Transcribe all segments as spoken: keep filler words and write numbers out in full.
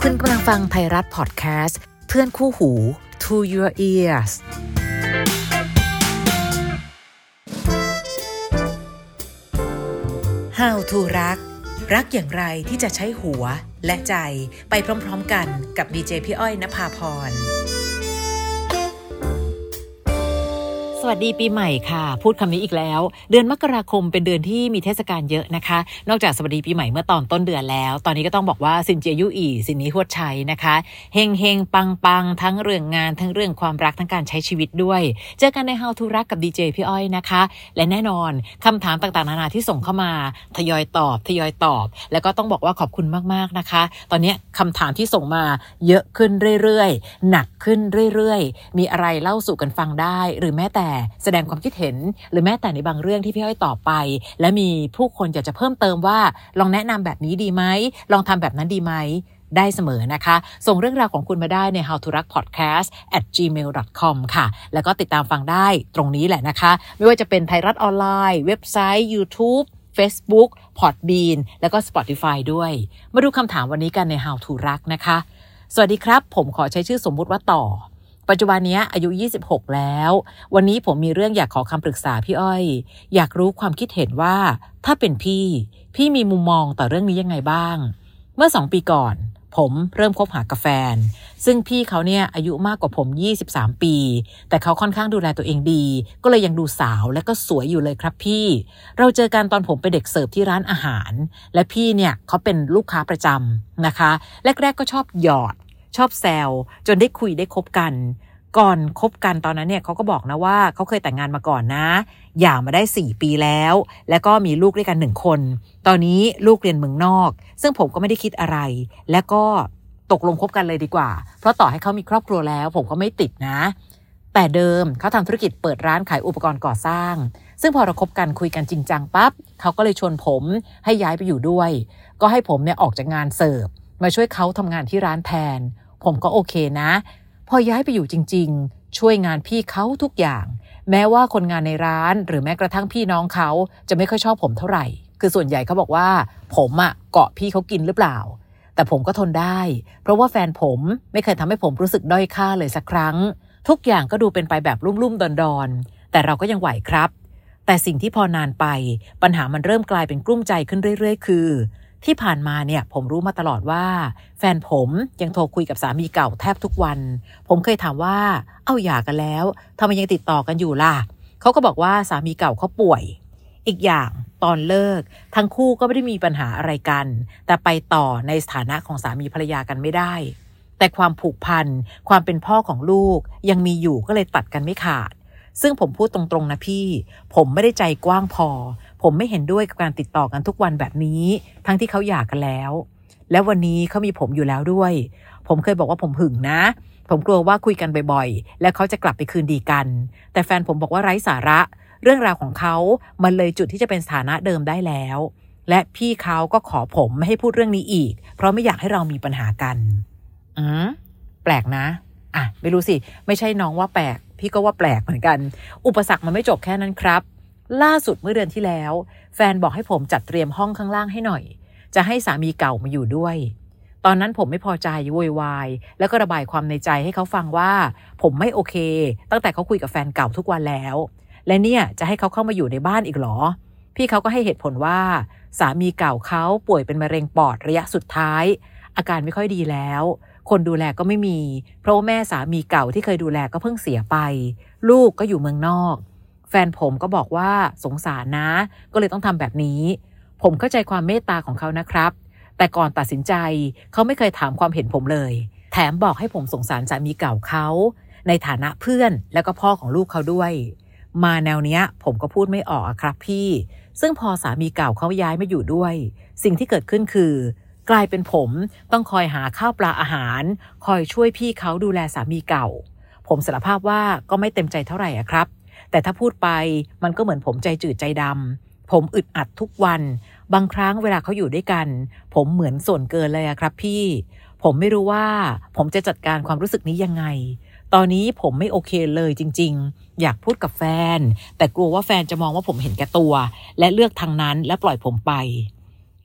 คุณกำลังฟังไทยรัฐพอดแคสต์เพื่อนคู่หู To Your Ears How to รักรักอย่างไรที่จะใช้หัวและใจไปพร้อมๆกันกับดีเจพี่อ้อยณภาพรสวัสดีปีใหม่ค่ะพูดคำนี้อีกแล้วเดือนมกราคมเป็นเดือนที่มีเทศกาลเยอะนะคะนอกจากสวัสดีปีใหม่เมื่อตอนต้นเดือนแล้วตอนนี้ก็ต้องบอกว่าซินเจียยู่อีซินนี้ฮวดชัยนะคะเฮงเฮงปังปังทั้งเรื่องงานทั้งเรื่องความรักทั้งการใช้ชีวิตด้วยเจอกันใน How to รักกับดีเจพี่อ้อยนะคะและแน่นอนคำถามต่างๆนานาที่ส่งเข้ามาทยอยตอบทยอยตอบแล้วก็ต้องบอกว่าขอบคุณมากๆนะคะตอนนี้คำถามที่ส่งมาเยอะขึ้นเรื่อยๆหนักขึ้นเรื่อยๆมีอะไรเล่าสู่กันฟังได้หรือแม้แต่แสดงความคิดเห็นหรือแม้แต่ในบางเรื่องที่พี่อ้อยตอบไปและมีผู้คนอยากจะเพิ่มเติมว่าลองแนะนำแบบนี้ดีไหมลองทำแบบนั้นดีไหมได้เสมอนะคะส่งเรื่องราวของคุณมาได้ใน how to รัก podcast at gmail dot com ค่ะแล้วก็ติดตามฟังได้ตรงนี้แหละนะคะไม่ว่าจะเป็นไทยรัฐออนไลน์เว็บไซต์ YouTube Facebook Podbean แล้วก็ Spotify ด้วยมาดูคำถามวันนี้กันใน how to รักนะคะสวัสดีครับผมขอใช้ชื่อสมมุติว่าต่อปัจจุบันนี้อายุยี่สิบหกแล้ววันนี้ผมมีเรื่องอยากขอคำปรึกษาพี่อ้อยอยากรู้ความคิดเห็นว่าถ้าเป็นพี่พี่มีมุมมองต่อเรื่องนี้ยังไงบ้างเมื่อสองปีก่อนผมเริ่มคบหากับแฟนซึ่งพี่เขาเนี่ยอายุมากกว่าผมยี่สิบสามปีแต่เขาค่อนข้างดูแลตัวเองดีก็เลยยังดูสาวและก็สวยอยู่เลยครับพี่เราเจอกันตอนผมเป็นเด็กเสิร์ฟที่ร้านอาหารและพี่เนี่ยเขาเป็นลูกค้าประจำนะคะแรกๆก็ชอบหยอดชอบแซวจนได้คุยได้คบกันก่อนคบกันตอนนั้นเนี่ยเขาก็บอกนะว่าเขาเคยแต่งงานมาก่อนนะหย่ามาได้สี่ปีแล้วแล้วก็มีลูกด้วยกันหนึ่งคนตอนนี้ลูกเรียนเมืองนอกซึ่งผมก็ไม่ได้คิดอะไรแล้วก็ตกลงคบกันเลยดีกว่าเพราะต่อให้เขามีครอบครัวแล้วผมก็ไม่ติดนะแต่เดิมเขาทำธุรกิจเปิดร้านขายอุปกรณ์ก่อสร้างซึ่งพอเราคบกันคุยกันจริงจังปั๊บเขาก็เลยชวนผมให้ย้ายไปอยู่ด้วยก็ให้ผมเนี่ยออกจากงานเสิร์ฟมาช่วยเขาทำงานที่ร้านแทนผมก็โอเคนะพอย้ายไปอยู่จริงๆช่วยงานพี่เขาทุกอย่างแม้ว่าคนงานในร้านหรือแม้กระทั่งพี่น้องเขาจะไม่ค่อยชอบผมเท่าไหร่คือส่วนใหญ่เขาบอกว่าผมอะเกาะพี่เขากินหรือเปล่าแต่ผมก็ทนได้เพราะว่าแฟนผมไม่เคยทำให้ผมรู้สึกด้อยค่าเลยสักครั้งทุกอย่างก็ดูเป็นไปแบบลุ่มๆดอนๆแต่เราก็ยังไหวครับแต่สิ่งที่พอนานไปปัญหามันเริ่มกลายเป็นกลุ้มใจขึ้นเรื่อยๆคือที่ผ่านมาเนี่ยผมรู้มาตลอดว่าแฟนผมยังโทรคุยกับสามีเก่าแทบทุกวันผมเคยถามว่าเอ้าหย่ากันแล้วทำไมยังติดต่อกันอยู่ล่ะเขาก็บอกว่าสามีเก่าเขาป่วยอีกอย่างตอนเลิกทั้งคู่ก็ไม่ได้มีปัญหาอะไรกันแต่ไปต่อในสถานะของสามีภรรยากันไม่ได้แต่ความผูกพันความเป็นพ่อของลูกยังมีอยู่ก็เลยตัดกันไม่ขาดซึ่งผมพูดตรงๆนะพี่ผมไม่ได้ใจกว้างพอผมไม่เห็นด้วยกับการติดต่อกันทุกวันแบบนี้ทั้งที่เขาหย่ากันแล้วและวันนี้เขามีผมอยู่แล้วด้วยผมเคยบอกว่าผมหึงนะผมกลัวว่าคุยกันบ่อยๆแล้วเขาจะกลับไปคืนดีกันแต่แฟนผมบอกว่าไร้สาระเรื่องราวของเขามันเลยจุดที่จะเป็นสถานะเดิมได้แล้วและพี่เขาก็ขอผมไม่ให้พูดเรื่องนี้อีกเพราะไม่อยากให้เรามีปัญหากันอืมแปลกนะอ่ะไม่รู้สิไม่ใช่น้องว่าแปลกพี่ก็ว่าแปลกเหมือนกันอุปสรรคมันไม่จบแค่นั้นครับล่าสุดเมื่อเดือนที่แล้วแฟนบอกให้ผมจัดเตรียมห้องข้างล่างให้หน่อยจะให้สามีเก่ามาอยู่ด้วยตอนนั้นผมไม่พอใจโวยวายแล้วก็ระบายความในใจให้เขาฟังว่าผมไม่โอเคตั้งแต่เขาคุยกับแฟนเก่าทุกวันแล้วและเนี่ยจะให้เขาเข้ามาอยู่ในบ้านอีกเหรอพี่เขาก็ให้เหตุผลว่าสามีเก่าเขาป่วยเป็นมะเร็งปอดระยะสุดท้ายอาการไม่ค่อยดีแล้วคนดูแลก็ไม่มีเพราะว่าแม่สามีเก่าที่เคยดูแลก็เพิ่งเสียไปลูกก็อยู่เมืองนอกแฟนผมก็บอกว่าสงสารนะก็เลยต้องทำแบบนี้ผมเข้าใจความเมตตาของเขานะครับแต่ก่อนตัดสินใจเขาไม่เคยถามความเห็นผมเลยแถมบอกให้ผมสงสารสามีเก่าเขาในฐานะเพื่อนแล้วก็พ่อของลูกเขาด้วยมาแนวเนี้ยผมก็พูดไม่ออกครับพี่ซึ่งพอสามีเก่าเขาย้ายมาอยู่ด้วยสิ่งที่เกิดขึ้นคือกลายเป็นผมต้องคอยหาข้าวปลาอาหารคอยช่วยพี่เขาดูแลสามีเก่าผมสารภาพว่าก็ไม่เต็มใจเท่าไหร่อะครับแต่ถ้าพูดไปมันก็เหมือนผมใจจืดใจดำผมอึดอัดทุกวันบางครั้งเวลาเขาอยู่ด้วยกันผมเหมือนส่วนเกินเลยอะครับพี่ผมไม่รู้ว่าผมจะจัดการความรู้สึกนี้ยังไงตอนนี้ผมไม่โอเคเลยจริงๆอยากพูดกับแฟนแต่กลัวว่าแฟนจะมองว่าผมเห็นแก่ตัวและเลือกทางนั้นและปล่อยผมไป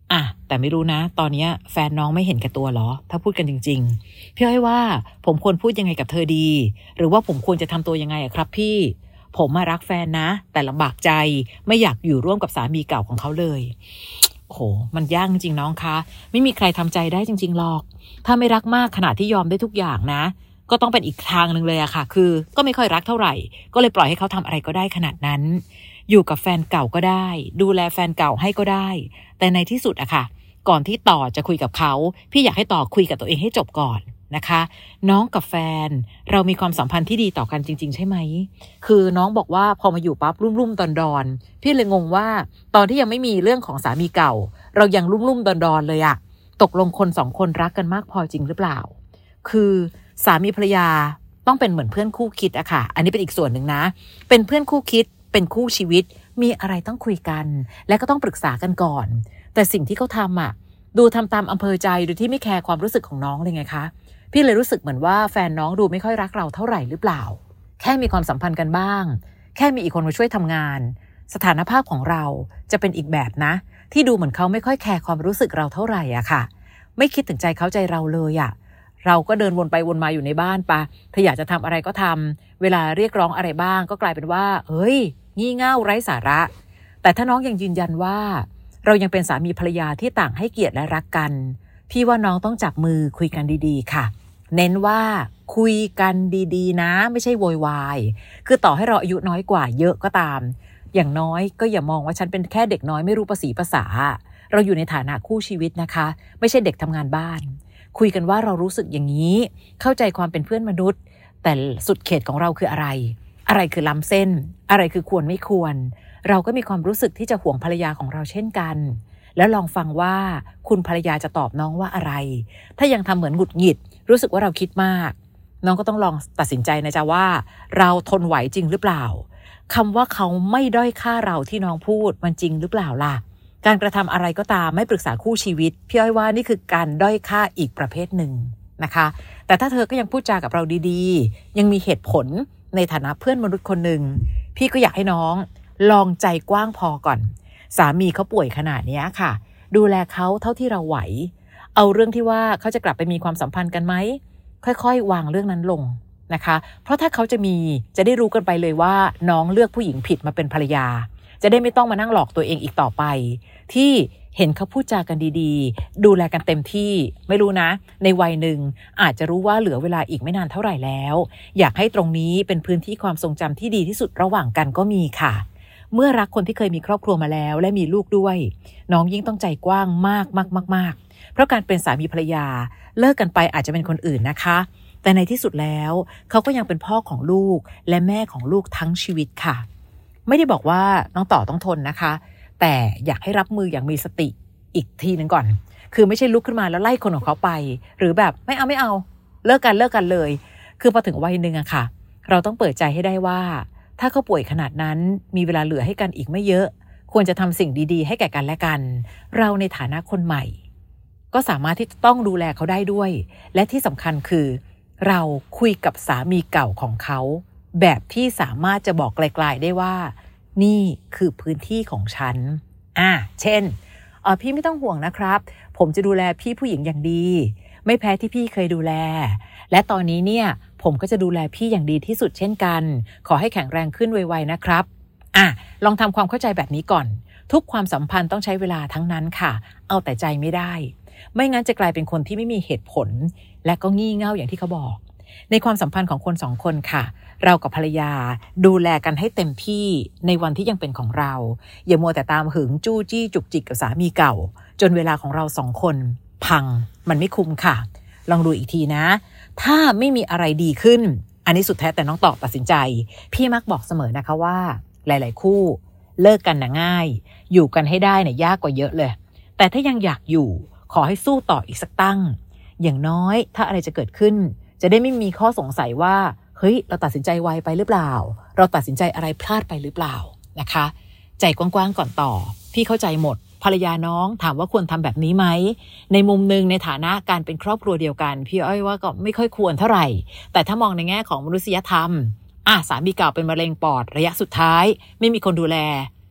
อ่ะแต่ไม่รู้นะตอนนี้แฟนน้องไม่เห็นแก่ตัวหรอถ้าพูดกันจริงๆพี่อ้อยว่าผมควรพูดยังไงกับเธอดีหรือว่าผมควรจะทำตัวยังไงอะครับพี่ผมมารักแฟนนะแต่ลำบากใจไม่อยากอยู่ร่วมกับสามีเก่าของเขาเลยโอ้โหมันยากจริงน้องคะไม่มีใครทำใจได้จริงๆหรอกถ้าไม่รักมากขนาดที่ยอมได้ทุกอย่างนะก็ต้องเป็นอีกทางหนึ่งเลยอะค่ะคือก็ไม่ค่อยรักเท่าไหร่ก็เลยปล่อยให้เขาทำอะไรก็ได้ขนาดนั้นอยู่กับแฟนเก่าก็ได้ดูแลแฟนเก่าให้ก็ได้แต่ในที่สุดอะค่ะก่อนที่ต่อจะคุยกับเขาพี่อยากให้ต่อคุยกับตัวเองให้จบก่อนนะคะน้องกับแฟนเรามีความสัมพันธ์ที่ดีต่อกันจริงๆใช่ไหมคือน้องบอกว่าพอมาอยู่ปั๊บรุ่มๆดอนๆพี่เลยงงว่าตอนที่ยังไม่มีเรื่องของสามีเก่าเรายังรุ่มๆดอนๆเลยอะตกลงคนสองคนรักกันมากพอจริงหรือเปล่าคือสามีภรรยาต้องเป็นเหมือนเพื่อนคู่คิดอะค่ะอันนี้เป็นอีกส่วนหนึ่งนะเป็นเพื่อนคู่คิดเป็นคู่ชีวิตมีอะไรต้องคุยกันและก็ต้องปรึกษากันก่อนแต่สิ่งที่เขาทำอะดูทำตามอำเภอใจโดยที่ไม่แคร์ความรู้สึกของน้องเลยไงคะพี่เลยรู้สึกเหมือนว่าแฟนน้องดูไม่ค่อยรักเราเท่าไหร่หรือเปล่าแค่มีความสัมพันธ์กันบ้างแค่มีอีกคนมาช่วยทำงานสถานภาพของเราจะเป็นอีกแบบนะที่ดูเหมือนเขาไม่ค่อยแคร์ความรู้สึกเราเท่าไหร่อะค่ะไม่คิดถึงใจเขาใจเราเลยอะเราก็เดินวนไปวนมาอยู่ในบ้านปะถ้าอยากจะทำอะไรก็ทำเวลาเรียกร้องอะไรบ้างก็กลายเป็นว่าเฮ้ยงี่เง่าไร้สาระแต่ถ้าน้องยังยืนยันว่าเรายังเป็นสามีภรรยาที่ต่างให้เกียรติและรักกันพี่ว่าน้องต้องจับมือคุยกันดีๆค่ะเน้นว่าคุยกันดีๆนะไม่ใช่โวยวายคือต่อให้เราอายุน้อยกว่าเยอะก็ตามอย่างน้อยก็อย่ามองว่าฉันเป็นแค่เด็กน้อยไม่รู้ภาษีภาษาเราอยู่ในฐานะคู่ชีวิตนะคะไม่ใช่เด็กทำงานบ้านคุยกันว่าเรารู้สึกอย่างนี้เข้าใจความเป็นเพื่อนมนุษย์แต่สุดเขตของเราคืออะไรอะไรคือล้ำเส้นอะไรคือควรไม่ควรเราก็มีความรู้สึกที่จะห่วงภรรยาของเราเช่นกันแล้วลองฟังว่าคุณภรรยาจะตอบน้องว่าอะไรถ้ายังทำเหมือนหงุดหงิดรู้สึกว่าเราคิดมากน้องก็ต้องลองตัดสินใจนะจ๊ะว่าเราทนไหวจริงหรือเปล่าคำว่าเขาไม่ด้อยค่าเราที่น้องพูดมันจริงหรือเปล่าล่ะการกระทำอะไรก็ตามไม่ปรึกษาคู่ชีวิตพี่อ้อยว่านี่คือการด้อยค่าอีกประเภทหนึ่งนะคะแต่ถ้าเธอก็ยังพูดจากับเราดีๆยังมีเหตุผลในฐานะเพื่อนมนุษย์คนหนึ่งพี่ก็อยากให้น้องลองใจกว้างพอก่อนสามีเขาป่วยขนาดนี้ค่ะดูแลเขาเท่าที่เราไหวเอาเรื่องที่ว่าเขาจะกลับไปมีความสัมพันธ์กันไหมค่อยๆวางเรื่องนั้นลงนะคะเพราะถ้าเขาจะมีจะได้รู้กันไปเลยว่าน้องเลือกผู้หญิงผิดมาเป็นภรรยาจะได้ไม่ต้องมานั่งหลอกตัวเองอีกต่อไปที่เห็นเขาพูดจากันดีๆดูแลกันเต็มที่ไม่รู้นะในวัยหนึ่งอาจจะรู้ว่าเหลือเวลาอีกไม่นานเท่าไหร่แล้วอยากให้ตรงนี้เป็นพื้นที่ความทรงจำที่ดีที่สุดระหว่างกันก็มีค่ะเมื่อรักคนที่เคยมีครอบครัวมาแล้วและมีลูกด้วยน้องยิ่งต้องใจกว้างมากมากมากมากเพราะการเป็นสามีภรรยาเลิกกันไปอาจจะเป็นคนอื่นนะคะแต่ในที่สุดแล้วเขาก็ยังเป็นพ่อของลูกและแม่ของลูกทั้งชีวิตค่ะไม่ได้บอกว่าน้องต่อต้องทนนะคะแต่อยากให้รับมืออย่างมีสติอีกทีหนึ่งก่อนคือไม่ใช่ลุกขึ้นมาแล้วไล่คนของเขาไปหรือแบบไม่เอาไม่เอาเลิกกันเลิกกันเลยคือพอถึงวัยหนึ่งอะค่ะเราต้องเปิดใจให้ได้ว่าถ้าเขาป่วยขนาดนั้นมีเวลาเหลือให้กันอีกไม่เยอะควรจะทำสิ่งดีๆให้แก่กันและกันเราในฐานะคนใหม่ก็สามารถที่ต้องดูแลเขาได้ด้วยและที่สำคัญคือเราคุยกับสามีเก่าของเขาแบบที่สามารถจะบอกไกลๆได้ว่านี่คือพื้นที่ของฉันอ่ะเช่นเออพี่ไม่ต้องห่วงนะครับผมจะดูแลพี่ผู้หญิงอย่างดีไม่แพ้ที่พี่เคยดูแลและตอนนี้เนี่ยผมก็จะดูแลพี่อย่างดีที่สุดเช่นกันขอให้แข็งแรงขึ้นไวๆนะครับอ่ะลองทำความเข้าใจแบบนี้ก่อนทุกความสัมพันธ์ต้องใช้เวลาทั้งนั้นค่ะเอาแต่ใจไม่ได้ไม่งั้นจะกลายเป็นคนที่ไม่มีเหตุผลและก็งี่เง่าอย่างที่เขาบอกในความสัมพันธ์ของคนสองคนค่ะเรากับภรรยาดูแลกันให้เต็มที่ในวันที่ยังเป็นของเราอย่ามัวแต่ตามหึงจู้จี้จุกจิกกับสามีเก่าจนเวลาของเราสองคนพังมันไม่คุ้มค่ะลองดูอีกทีนะถ้าไม่มีอะไรดีขึ้นอันนี้สุดแท้แต่น้องตอบตัดสินใจพี่มักบอกเสมอนะคะว่าหลายๆคู่เลิกกันน่ะง่ายอยู่กันให้ได้เนี่ยยากกว่าเยอะเลยแต่ถ้ายังอยากอยู่ขอให้สู้ต่ออีกสักตั้งอย่างน้อยถ้าอะไรจะเกิดขึ้นจะได้ไม่มีข้อสงสัยว่าเฮ้ยเราตัดสินใจไวไปหรือเปล่าเราตัดสินใจอะไรพลาดไปหรือเปล่านะคะใจกว้างๆก่อนต่อพี่เข้าใจหมดภรรยาน้องถามว่าควรทำแบบนี้ไหมในมุมนึงในฐานะการเป็นครอบครัวเดียวกันพี่อ้อยว่าก็ไม่ค่อยควรเท่าไหร่แต่ถ้ามองในแง่ของมนุษยธรรมอ่ะสามีเก่าเป็นมะเร็งปอดระยะสุดท้ายไม่มีคนดูแล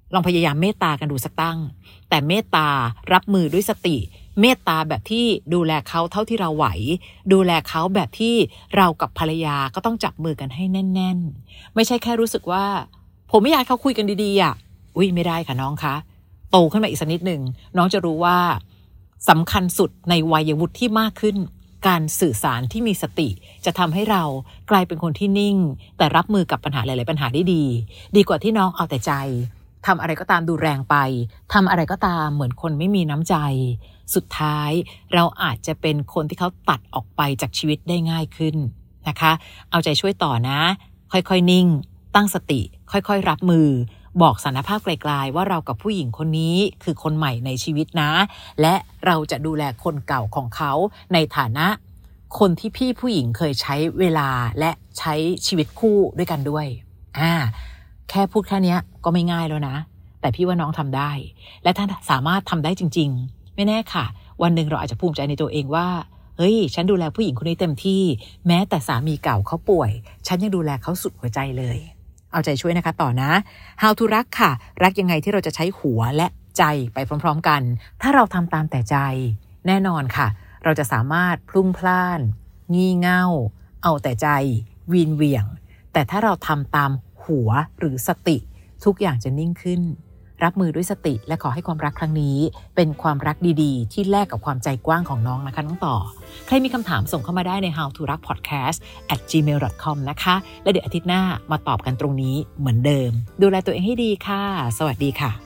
ลองพยายามเมตตากันดูสักตั้งแต่เมตตารับมือด้วยสติเมตตาแบบที่ดูแลเขาเท่าที่เราไหวดูแลเขาแบบที่เรากับภรรยาก็ต้องจับมือกันให้แน่นๆไม่ใช่แค่รู้สึกว่าผมไม่อยากให้เขาคุยกันดีๆอ่ะอุ้ยไม่ได้ค่ะน้องคะโตขึ้นมาอีกสักนิดหนึ่งน้องจะรู้ว่าสำคัญสุดในวัยวุฒิที่มากขึ้นการสื่อสารที่มีสติจะทำให้เรากลายเป็นคนที่นิ่งแต่รับมือกับปัญหาหลายๆปัญหาได้ดีดีกว่าที่น้องเอาแต่ใจทำอะไรก็ตามดูแรงไปทำอะไรก็ตามเหมือนคนไม่มีน้ำใจสุดท้ายเราอาจจะเป็นคนที่เขาตัดออกไปจากชีวิตได้ง่ายขึ้นนะคะเอาใจช่วยต่อนะค่อยๆนิ่งตั้งสติค่อยๆรับมือบอกสารภาพไกลๆว่าเรากับผู้หญิงคนนี้คือคนใหม่ในชีวิตนะและเราจะดูแลคนเก่าของเขาในฐานะคนที่พี่ผู้หญิงเคยใช้เวลาและใช้ชีวิตคู่ด้วยกันด้วยอ่าแค่พูดแค่นี้ก็ไม่ง่ายแล้วนะแต่พี่ว่าน้องทำได้และถ้าสามารถทำได้จริงๆไม่แน่ค่ะวันหนึ่งเราอาจจะภูมิใจในตัวเองว่าเฮ้ยฉันดูแลผู้หญิงคนนี้เต็มที่แม้แต่สามีเก่าเขาป่วยฉันยังดูแลเขาสุดหัวใจเลยเอาใจช่วยนะคะต่อนะ How to รักค่ะรักยังไงที่เราจะใช้หัวและใจไปพร้อมๆกันถ้าเราทำตามแต่ใจแน่นอนค่ะเราจะสามารถพลุ่งพล่านงี่เง่าเอาแต่ใจวีนเหวี่ยงแต่ถ้าเราทำตามหัวหรือสติทุกอย่างจะนิ่งขึ้นรับมือด้วยสติและขอให้ความรักครั้งนี้เป็นความรักดีๆที่แลกกับความใจกว้างของน้องนะคะน้องต่อใครมีคำถามส่งเข้ามาได้ใน how to รัก podcast at gmail dot com นะคะและเดี๋ยวอาทิตย์หน้ามาตอบกันตรงนี้เหมือนเดิมดูแลตัวเองให้ดีค่ะสวัสดีค่ะ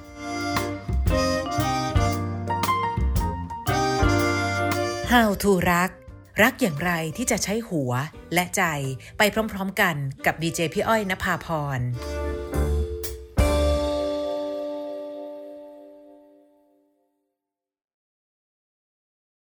How to รักรักอย่างไรที่จะใช้หัวและใจไปพร้อมๆกันกับดีเจพี่อ้อยณภาพร